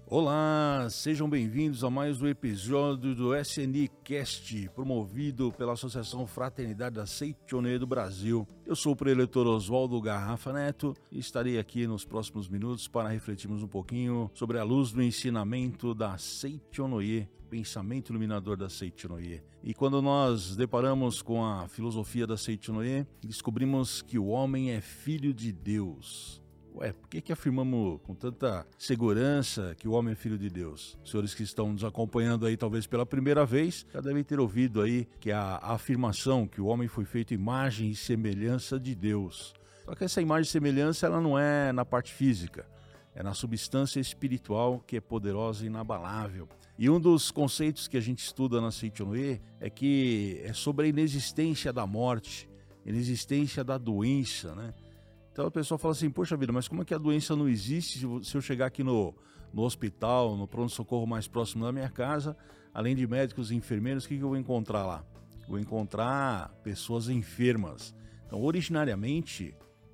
Olá, sejam bem-vindos a mais um episódio do SNI Cast, promovido pela Associação Fraternidade da Seitonê do Brasil. Eu sou o preletor Oswaldo Garrafa Neto e estarei aqui nos próximos minutos para refletirmos um pouquinho sobre a luz do ensinamento da Seitonê, pensamento iluminador da Seitonê. E quando nós deparamos com a filosofia da Seitonê, descobrimos que o homem é filho de Deus. Por que afirmamos com tanta segurança que o homem é filho de Deus? Os senhores que estão nos acompanhando aí talvez pela primeira vez, já devem ter ouvido aí que a afirmação que o homem foi feito imagem e semelhança de Deus. Só que essa imagem e semelhança ela não é na parte física, é na substância espiritual que é poderosa e inabalável. E um dos conceitos que a gente estuda na Seitonê é que é sobre a inexistência da morte, inexistência da doença, né? Então a pessoa fala assim, poxa vida, mas como é que a doença não existe se eu chegar aqui no hospital, no pronto-socorro mais próximo da minha casa, além de médicos e enfermeiros, o que eu vou encontrar lá? Vou encontrar pessoas enfermas. Então, originariamente,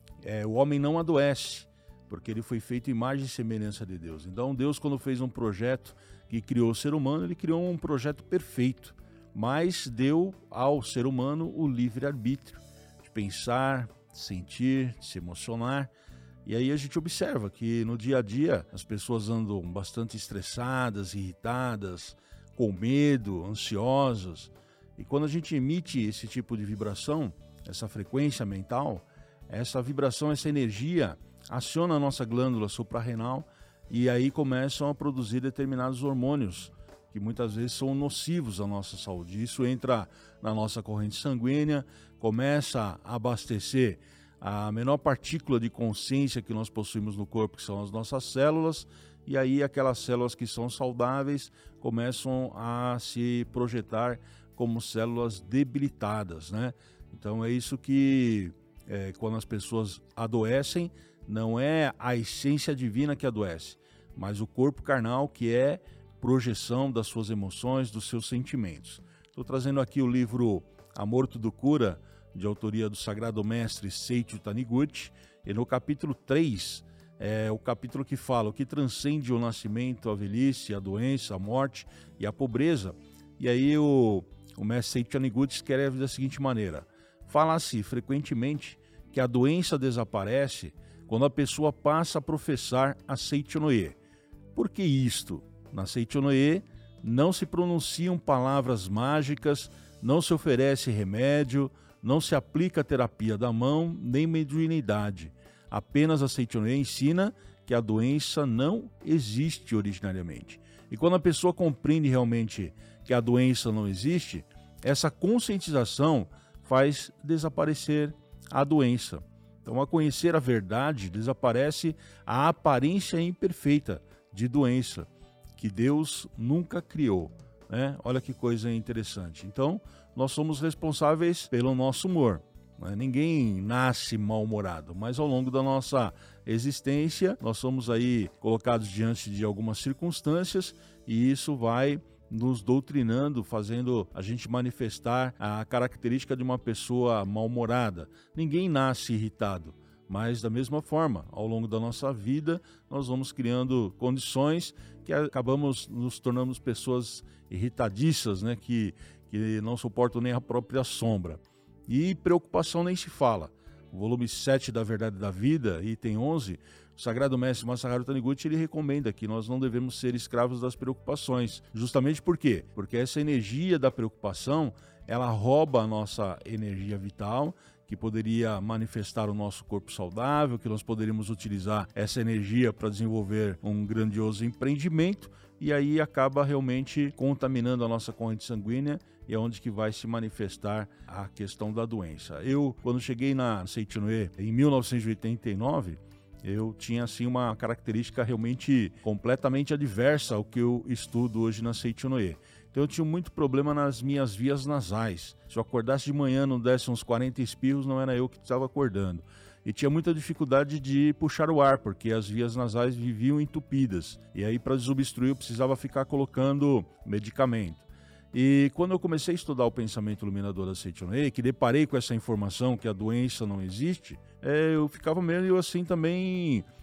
o homem não adoece, porque ele foi feito imagem e semelhança de Deus. Então, Deus, quando fez um projeto que criou o ser humano, ele criou um projeto perfeito, mas deu ao ser humano o livre-arbítrio de pensar, sentir, se emocionar. E aí a gente observa que no dia a dia as pessoas andam bastante estressadas, irritadas, com medo, ansiosas. E quando a gente emite esse tipo de vibração, essa frequência mental, essa vibração, essa energia aciona a nossa glândula suprarrenal e aí começam a produzir determinados hormônios que muitas vezes são nocivos à nossa saúde. Isso entra na nossa corrente sanguínea, começa a abastecer a menor partícula de consciência que nós possuímos no corpo, que são as nossas células, e aí aquelas células que são saudáveis começam a se projetar como células debilitadas, né? Então é isso que, quando as pessoas adoecem, não é a essência divina que adoece, mas o corpo carnal que é projeção das suas emoções, dos seus sentimentos. Estou trazendo aqui o livro Amor Tudo Cura, de autoria do Sagrado Mestre Seiichi Taniguchi, e no capítulo 3, é o capítulo que fala o que transcende o nascimento, a velhice, a doença, a morte e a pobreza. E aí o Mestre Seiichi Taniguchi escreve da seguinte maneira: fala-se frequentemente que a doença desaparece quando a pessoa passa a professar a Seitonê. Por que isto? Na Seitonê não se pronunciam palavras mágicas, não se oferece remédio, não se aplica terapia da mão, nem mediunidade. Apenas a Seitonê ensina que a doença não existe originariamente. E quando a pessoa compreende realmente que a doença não existe, essa conscientização faz desaparecer a doença. Então, ao conhecer a verdade, desaparece a aparência imperfeita de doença que Deus nunca criou, né? Olha que coisa interessante. Então, nós somos responsáveis pelo nosso humor, né? Ninguém nasce mal-humorado, mas ao longo da nossa existência, nós somos aí colocados diante de algumas circunstâncias e isso vai nos doutrinando, fazendo a gente manifestar a característica de uma pessoa mal-humorada. Ninguém nasce irritado. Mas, da mesma forma, ao longo da nossa vida, nós vamos criando condições que acabamos nos tornando pessoas irritadiças, né? Que não suportam nem a própria sombra. E preocupação nem se fala. O volume 7 da Verdade da Vida, item 11, o Sagrado Mestre Masaharu Taniguchi, ele recomenda que nós não devemos ser escravos das preocupações. Justamente por quê? Porque essa energia da preocupação, ela rouba a nossa energia vital, que poderia manifestar o nosso corpo saudável, que nós poderíamos utilizar essa energia para desenvolver um grandioso empreendimento, e aí acaba realmente contaminando a nossa corrente sanguínea e é onde que vai se manifestar a questão da doença. Eu, quando cheguei na Seitonê em 1989, eu tinha assim uma característica realmente completamente adversa ao que eu estudo hoje na Seitonê. Então eu tinha muito problema nas minhas vias nasais. Se eu acordasse de manhã, não desse uns 40 espirros, não era eu que estava acordando. E tinha muita dificuldade de puxar o ar, porque as vias nasais viviam entupidas. E aí, para desobstruir, eu precisava ficar colocando medicamento. E quando eu comecei a estudar o pensamento iluminador da Seitonê, que deparei com essa informação que a doença não existe, eu ficava meio assim também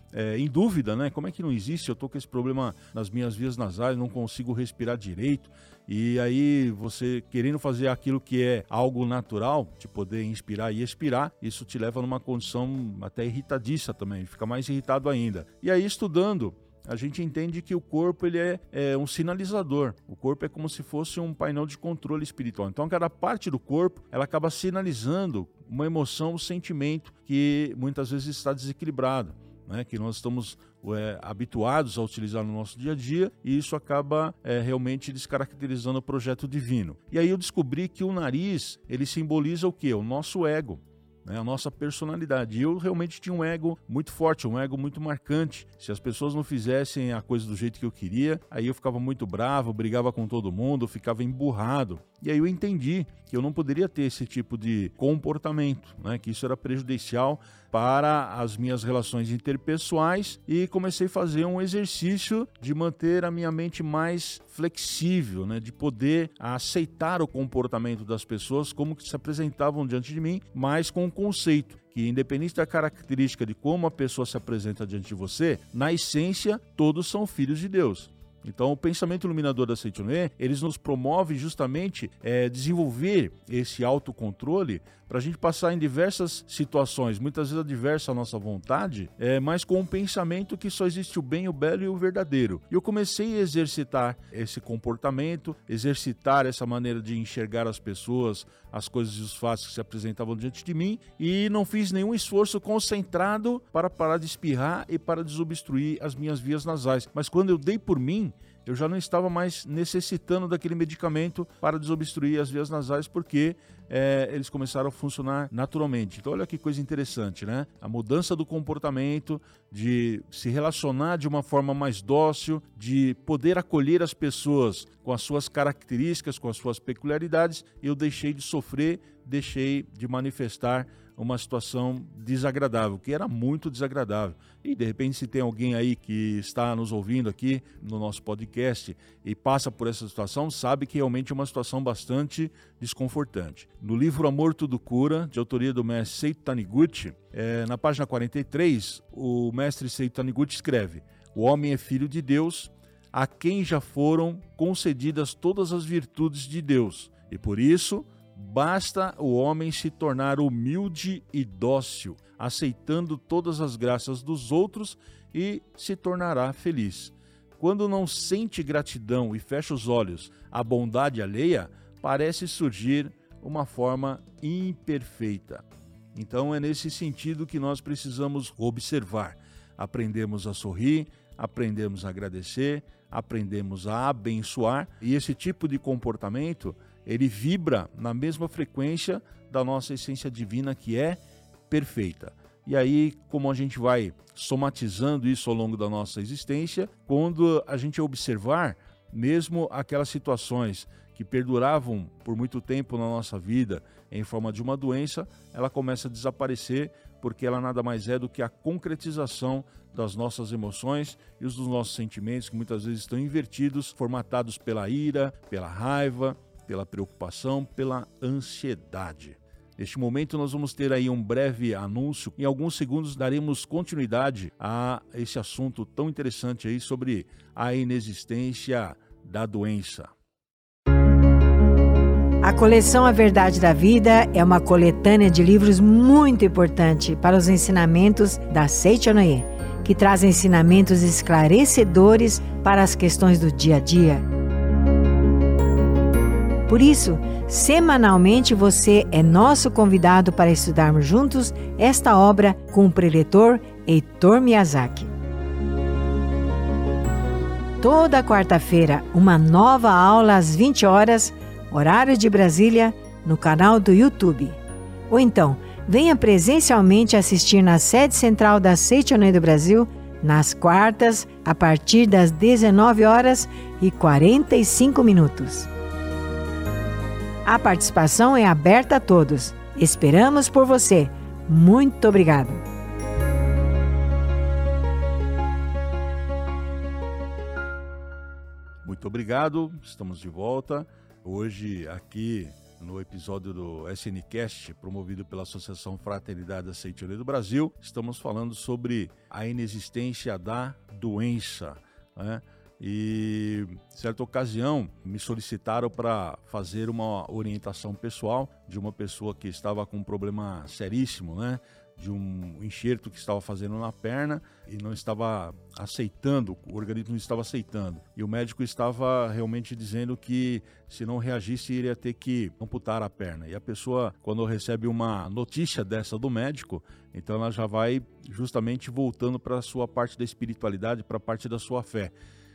em dúvida, né? Como é que não existe? Eu estou com esse problema nas minhas vias nasais, não consigo respirar direito. E aí você querendo fazer aquilo que é algo natural, de poder inspirar e expirar, isso te leva numa condição até irritadiça também, fica mais irritado ainda. E aí estudando, a gente entende que o corpo ele é um sinalizador. O corpo é como se fosse um painel de controle espiritual. Então, cada parte do corpo ela acaba sinalizando uma emoção, um sentimento que muitas vezes está desequilibrado, né? Que nós estamos habituados a utilizar no nosso dia a dia, e isso acaba realmente descaracterizando o projeto divino. E aí eu descobri que o nariz ele simboliza o quê? O nosso ego. A nossa personalidade. E eu realmente tinha um ego muito forte, um ego muito marcante. Se as pessoas não fizessem a coisa do jeito que eu queria, aí eu ficava muito bravo, brigava com todo mundo, ficava emburrado. E aí eu entendi que eu não poderia ter esse tipo de comportamento, né? Que isso era prejudicial para as minhas relações interpessoais, e comecei a fazer um exercício de manter a minha mente mais flexível, né? De poder aceitar o comportamento das pessoas como que se apresentavam diante de mim, mas com um conceito que, independente da característica de como a pessoa se apresenta diante de você, na essência, todos são filhos de Deus. Então, o pensamento iluminador da Seichonoye, eles nos promove justamente desenvolver esse autocontrole para a gente passar em diversas situações, muitas vezes adversa à nossa vontade, mas com um pensamento que só existe o bem, o belo e o verdadeiro. E eu comecei a exercitar esse comportamento, exercitar essa maneira de enxergar as pessoas, as coisas e os fatos que se apresentavam diante de mim, e não fiz nenhum esforço concentrado para parar de espirrar e para desobstruir as minhas vias nasais. Mas quando eu dei por mim, eu já não estava mais necessitando daquele medicamento para desobstruir as vias nasais, porque eles começaram a funcionar naturalmente. Então olha que coisa interessante, né? A mudança do comportamento, de se relacionar de uma forma mais dócil, de poder acolher as pessoas com as suas características, com as suas peculiaridades. Eu deixei de sofrer, deixei de manifestar uma situação desagradável, que era muito desagradável. E de repente, se tem alguém aí que está nos ouvindo aqui no nosso podcast e passa por essa situação, sabe que realmente é uma situação bastante desconfortante. No livro Amor Tudo Cura, de autoria do mestre Seito Taniguchi, na página 43, o mestre Seito Taniguchi escreve: o homem é filho de Deus, a quem já foram concedidas todas as virtudes de Deus, e por isso basta o homem se tornar humilde e dócil, aceitando todas as graças dos outros, e se tornará feliz. Quando não sente gratidão e fecha os olhos à bondade alheia, parece surgir uma forma imperfeita. Então é nesse sentido que nós precisamos observar. Aprendemos a sorrir, aprendemos a agradecer, aprendemos a abençoar, e esse tipo de comportamento ele vibra na mesma frequência da nossa essência divina, que é perfeita. E aí, como a gente vai somatizando isso ao longo da nossa existência, quando a gente observar mesmo aquelas situações que perduravam por muito tempo na nossa vida em forma de uma doença, ela começa a desaparecer, porque ela nada mais é do que a concretização das nossas emoções e dos nossos sentimentos, que muitas vezes estão invertidos, formatados pela ira, pela raiva, pela preocupação, pela ansiedade. Neste momento nós vamos ter aí um breve anúncio. Em alguns segundos daremos continuidade a esse assunto tão interessante aí sobre a inexistência da doença. A coleção A Verdade da Vida é uma coletânea de livros muito importante para os ensinamentos da Seichonoye, que traz ensinamentos esclarecedores para as questões do dia a dia. Por isso, semanalmente você é nosso convidado para estudarmos juntos esta obra com o preletor Heitor Miyazaki. Toda quarta-feira, uma nova aula às 20 horas, horário de Brasília, no canal do YouTube. Ou então, venha presencialmente assistir na sede central da Seichonoye do Brasil, nas quartas, a partir das 19h45. A participação é aberta a todos. Esperamos por você. Muito obrigado. Muito obrigado. Estamos de volta. Hoje aqui no episódio do SNCast, promovido pela Associação Fraternidade da Seitonê do Brasil, estamos falando sobre a inexistência da doença, né? E, em certa ocasião, me solicitaram para fazer uma orientação pessoal de uma pessoa que estava com um problema seríssimo, né? De um enxerto que estava fazendo na perna e não estava aceitando, o organismo não estava aceitando. E o médico estava realmente dizendo que se não reagisse iria ter que amputar a perna. E a pessoa, quando recebe uma notícia dessa do médico, então ela já vai justamente voltando para a sua parte da espiritualidade, para a parte da sua fé.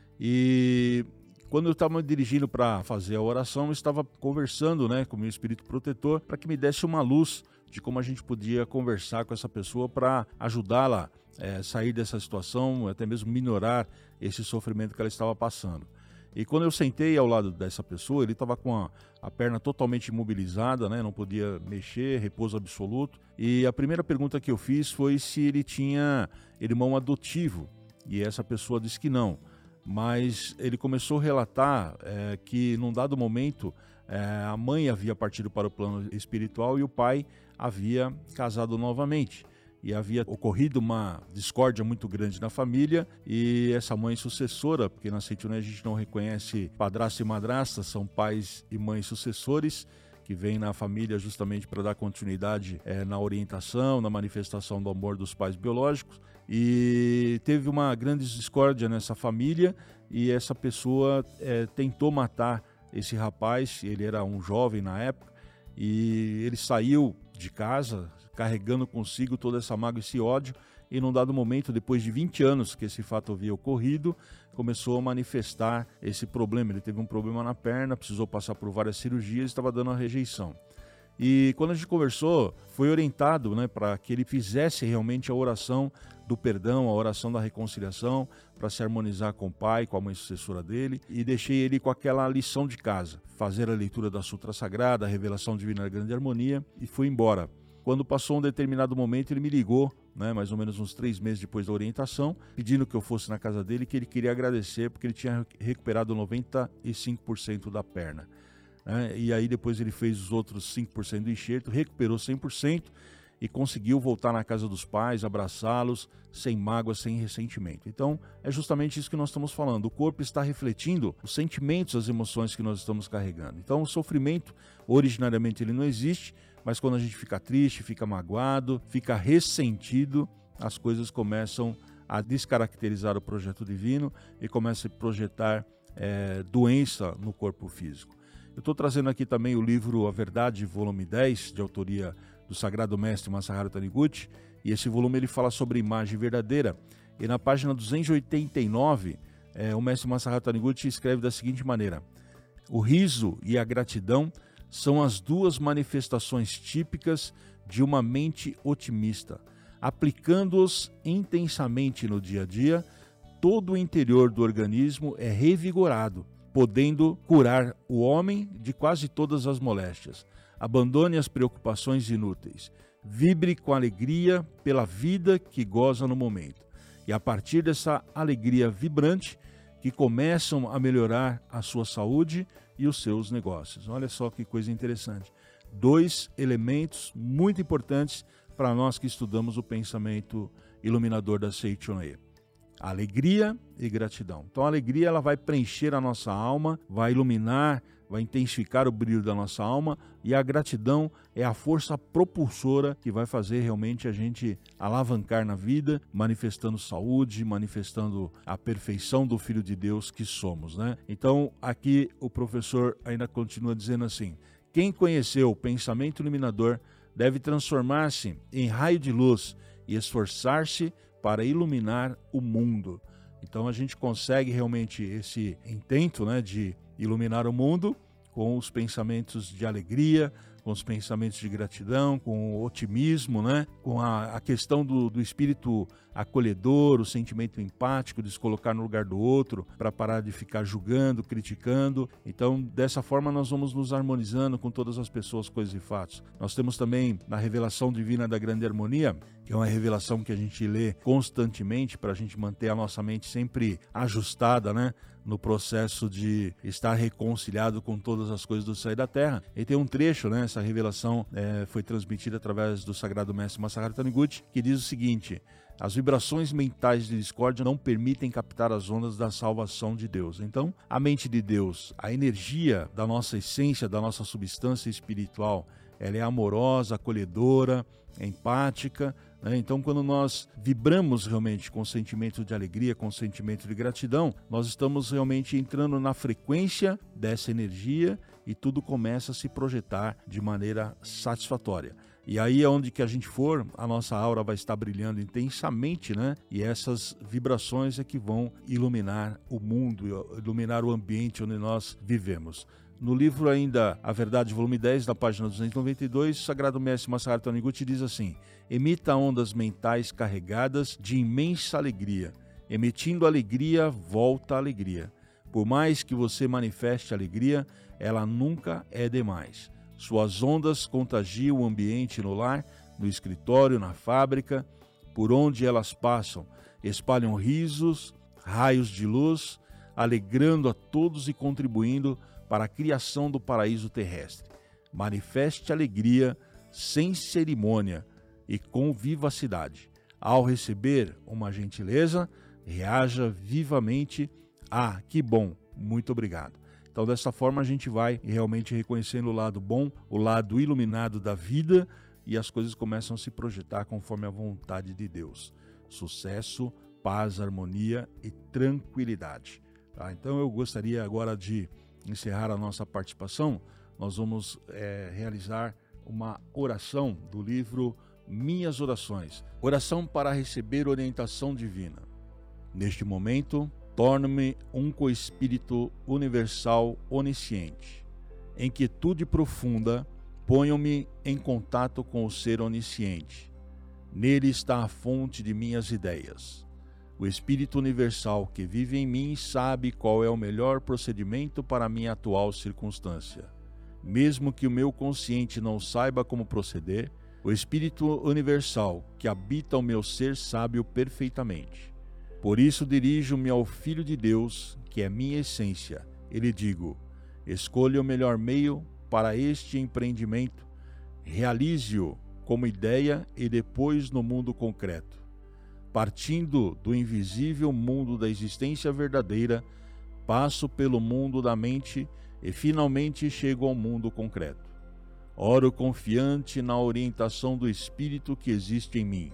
E quando eu estava me dirigindo para fazer a oração, eu estava conversando, né, com o meu espírito protetor para que me desse uma luz de como a gente podia conversar com essa pessoa para ajudá-la a sair dessa situação, até mesmo minorar esse sofrimento que ela estava passando. E quando eu sentei ao lado dessa pessoa, ele estava com a perna totalmente imobilizada, né, não podia mexer, repouso absoluto. E a primeira pergunta que eu fiz foi se ele tinha irmão adotivo, e essa pessoa disse que não. Mas ele começou a relatar que num dado momento a mãe havia partido para o plano espiritual e o pai havia casado novamente. E havia ocorrido uma discórdia muito grande na família e essa mãe sucessora, porque na Seitonê a gente não reconhece padrasto e madrasta, são pais e mães sucessores, que vem na família justamente para dar continuidade na orientação, na manifestação do amor dos pais biológicos. E teve uma grande discórdia nessa família e essa pessoa tentou matar esse rapaz, ele era um jovem na época, e ele saiu de casa carregando consigo toda essa mágoa e esse ódio, e num dado momento, depois de 20 anos que esse fato havia ocorrido, começou a manifestar esse problema. Ele teve um problema na perna, precisou passar por várias cirurgias e estava dando a rejeição. E quando a gente conversou, foi orientado, né, para que ele fizesse realmente a oração do perdão, a oração da reconciliação, para se harmonizar com o pai, com a mãe sucessora dele, e deixei ele com aquela lição de casa, fazer a leitura da Sutra Sagrada, a revelação divina da grande harmonia, e fui embora. Quando passou um determinado momento, ele me ligou, né, mais ou menos uns 3 meses depois da orientação, pedindo que eu fosse na casa dele, que ele queria agradecer, porque ele tinha recuperado 95% da perna. E aí depois ele fez os outros 5% do enxerto, recuperou 100% e conseguiu voltar na casa dos pais, abraçá-los, sem mágoa, sem ressentimento. Então é justamente isso que nós estamos falando, o corpo está refletindo os sentimentos, as emoções que nós estamos carregando. Então o sofrimento, originariamente ele não existe, mas quando a gente fica triste, fica magoado, fica ressentido, as coisas começam a descaracterizar o projeto divino e começam a projetar doença no corpo físico. Eu estou trazendo aqui também o livro A Verdade, volume 10, de autoria do Sagrado Mestre Masaharu Taniguchi, e esse volume ele fala sobre imagem verdadeira. E na página 289, o Mestre Masaharu Taniguchi escreve da seguinte maneira: o riso e a gratidão são as duas manifestações típicas de uma mente otimista. Aplicando-os intensamente no dia a dia, todo o interior do organismo é revigorado, podendo curar o homem de quase todas as moléstias. Abandone as preocupações inúteis. Vibre com alegria pela vida que goza no momento. E a partir dessa alegria vibrante, que começam a melhorar a sua saúde e os seus negócios. Olha só que coisa interessante. 2 elementos muito importantes para nós que estudamos o pensamento iluminador da Seitonê: alegria e gratidão. Então a alegria ela vai preencher a nossa alma, vai iluminar, vai intensificar o brilho da nossa alma, e a gratidão é a força propulsora que vai fazer realmente a gente alavancar na vida, manifestando saúde, manifestando a perfeição do Filho de Deus que somos, né? Então aqui o professor ainda continua dizendo assim: quem conheceu o pensamento iluminador deve transformar-se em raio de luz e esforçar-se para iluminar o mundo. Então a gente consegue realmente esse intento, né, de iluminar o mundo com os pensamentos de alegria, com os pensamentos de gratidão, com o otimismo, né, com a questão do espírito acolhedor, o sentimento empático de se colocar no lugar do outro, para parar de ficar julgando, criticando. Então, dessa forma, nós vamos nos harmonizando com todas as pessoas, coisas e fatos. Nós temos também, na revelação divina da grande harmonia, que é uma revelação que a gente lê constantemente para a gente manter a nossa mente sempre ajustada, né? No processo de estar reconciliado com todas as coisas do céu e da terra. E tem um trecho, né? Essa revelação foi transmitida através do Sagrado Mestre Masaharu Taniguchi, que diz o seguinte: as vibrações mentais de discórdia não permitem captar as ondas da salvação de Deus. Então, a mente de Deus, a energia da nossa essência, da nossa substância espiritual, ela é amorosa, acolhedora, empática, né? Então, quando nós vibramos realmente com sentimento de alegria, com sentimento de gratidão, nós estamos realmente entrando na frequência dessa energia e tudo começa a se projetar de maneira satisfatória. E aí, aonde que a gente for, a nossa aura vai estar brilhando intensamente, né? E essas vibrações é que vão iluminar o mundo, iluminar o ambiente onde nós vivemos. No livro ainda A Verdade, volume 10, na página 292, o Sagrado Mestre Masaharu Taniguchi diz assim: emita ondas mentais carregadas de imensa alegria. Emitindo alegria, volta a alegria. Por mais que você manifeste alegria, ela nunca é demais. Suas ondas contagiam o ambiente no lar, no escritório, na fábrica, por onde elas passam, espalham risos, raios de luz, alegrando a todos e contribuindo para a criação do paraíso terrestre. Manifeste alegria sem cerimônia e com vivacidade. Ao receber uma gentileza, reaja vivamente: ah, que bom, muito obrigado. Então, dessa forma, a gente vai realmente reconhecendo o lado bom, o lado iluminado da vida, e as coisas começam a se projetar conforme a vontade de Deus. Sucesso, paz, harmonia e tranquilidade. Tá? Então, eu gostaria agora de encerrar a nossa participação. Nós vamos realizar uma oração do livro Minhas Orações. Oração para receber orientação divina. Neste momento, torno-me um coespírito universal onisciente. Em quietude profunda, ponho-me em contato com o ser onisciente. Nele está a fonte de minhas ideias. O Espírito Universal que vive em mim sabe qual é o melhor procedimento para a minha atual circunstância. Mesmo que o meu consciente não saiba como proceder, o Espírito Universal que habita o meu ser sabe-o perfeitamente. Por isso dirijo-me ao Filho de Deus, que é minha essência, e lhe digo: escolha o melhor meio para este empreendimento, realize-o como ideia e depois no mundo concreto. Partindo do invisível mundo da existência verdadeira, passo pelo mundo da mente e finalmente chego ao mundo concreto. Oro confiante na orientação do Espírito que existe em mim.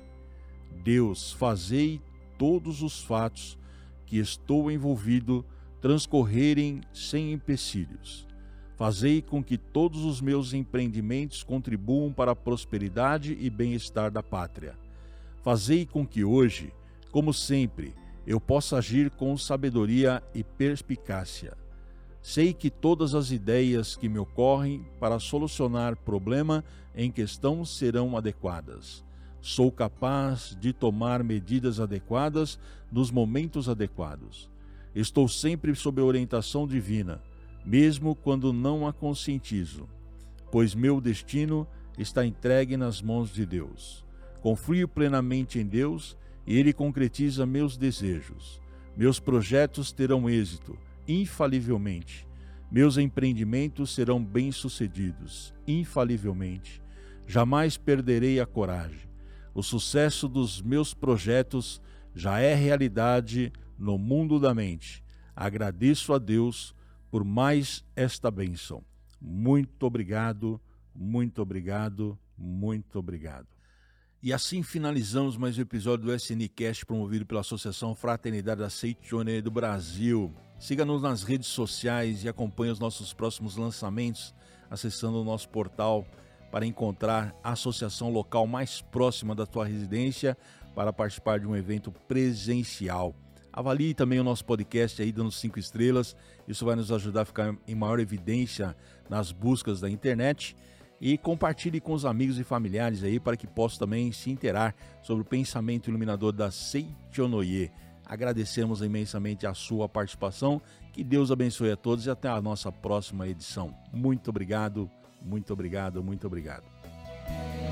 Deus, fazei todos os fatos que estou envolvido transcorrerem sem empecilhos. Fazei com que todos os meus empreendimentos contribuam para a prosperidade e bem-estar da pátria. Fazei com que hoje, como sempre, eu possa agir com sabedoria e perspicácia. Sei que todas as ideias que me ocorrem para solucionar problema em questão serão adequadas. Sou capaz de tomar medidas adequadas nos momentos adequados. Estou sempre sob a orientação divina, mesmo quando não a conscientizo, pois meu destino está entregue nas mãos de Deus. Confio plenamente em Deus e Ele concretiza meus desejos. Meus projetos terão êxito, infalivelmente. Meus empreendimentos serão bem-sucedidos, infalivelmente. Jamais perderei a coragem. O sucesso dos meus projetos já é realidade no mundo da mente. Agradeço a Deus por mais esta bênção. Muito obrigado, muito obrigado, muito obrigado. E assim finalizamos mais um episódio do SNCast promovido pela Associação Fraternidade da Seichoné do Brasil. Siga-nos nas redes sociais e acompanhe os nossos próximos lançamentos acessando o nosso portal para encontrar a associação local mais próxima da tua residência para participar de um evento presencial. Avalie também o nosso podcast aí dando 5 estrelas, isso vai nos ajudar a ficar em maior evidência nas buscas da internet. E compartilhe com os amigos e familiares aí para que possam também se inteirar sobre o pensamento iluminador da Seichonoye. Agradecemos imensamente a sua participação, que Deus abençoe a todos e até a nossa próxima edição. Muito obrigado, muito obrigado, muito obrigado.